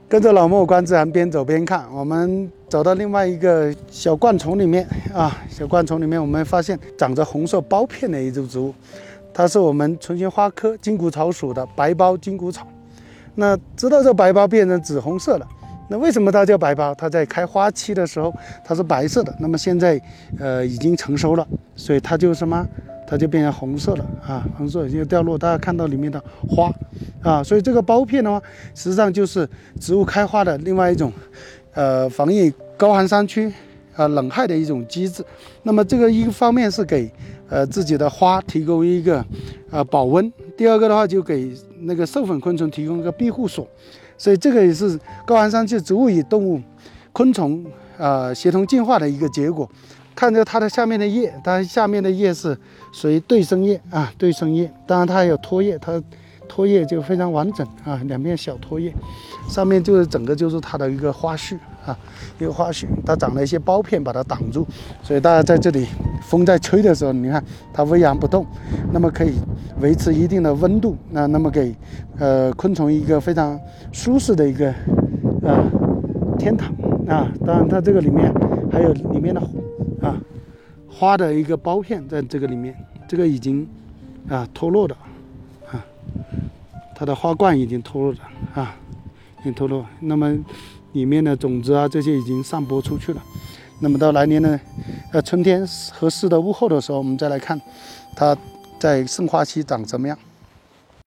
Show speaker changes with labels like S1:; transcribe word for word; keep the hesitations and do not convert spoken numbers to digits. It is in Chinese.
S1: 跟着老莫观自然，边走边看。我们走到另外一个小灌丛里面啊，小灌丛里面，我们发现长着红色苞片的一株植物，它是我们唇形花科金骨草属的白苞金骨草。那知道这白苞变成紫红色了，那为什么它叫白苞？它在开花期的时候它是白色的，那么现在呃已经成熟了，所以它就什么？它就变成红色了啊，红色已经掉落，大家看到里面的花啊，所以这个苞片的话，实际上就是植物开花的另外一种，呃，防御高寒山区啊冷害的一种机制。那么这个一个方面是给呃自己的花提供一个呃保温，第二个的话就给那个授粉昆虫提供一个庇护所，所以这个也是高寒山区植物与动物、昆虫呃协同进化的一个结果。看着它的下面的叶，它下面的叶是属于对生叶啊，对生叶。当然它还有托叶，它托叶就非常完整啊，两片小托叶，上面就是整个就是它的一个花序啊，一个花序，它长了一些苞片把它挡住，所以大家在这里风在吹的时候，你看它巍然不动，那么可以维持一定的温度，那那么给呃昆虫一个非常舒适的一个呃天堂啊。当然它这个里面还有里面的。啊，花的一个苞片在这个里面，这个已经啊脱落了啊，它的花冠已经脱落了啊，已经脱落。那么里面的种子啊这些已经散播出去了。那么到来年呢，呃春天合适的物候的时候，我们再来看它在盛花期长什么样。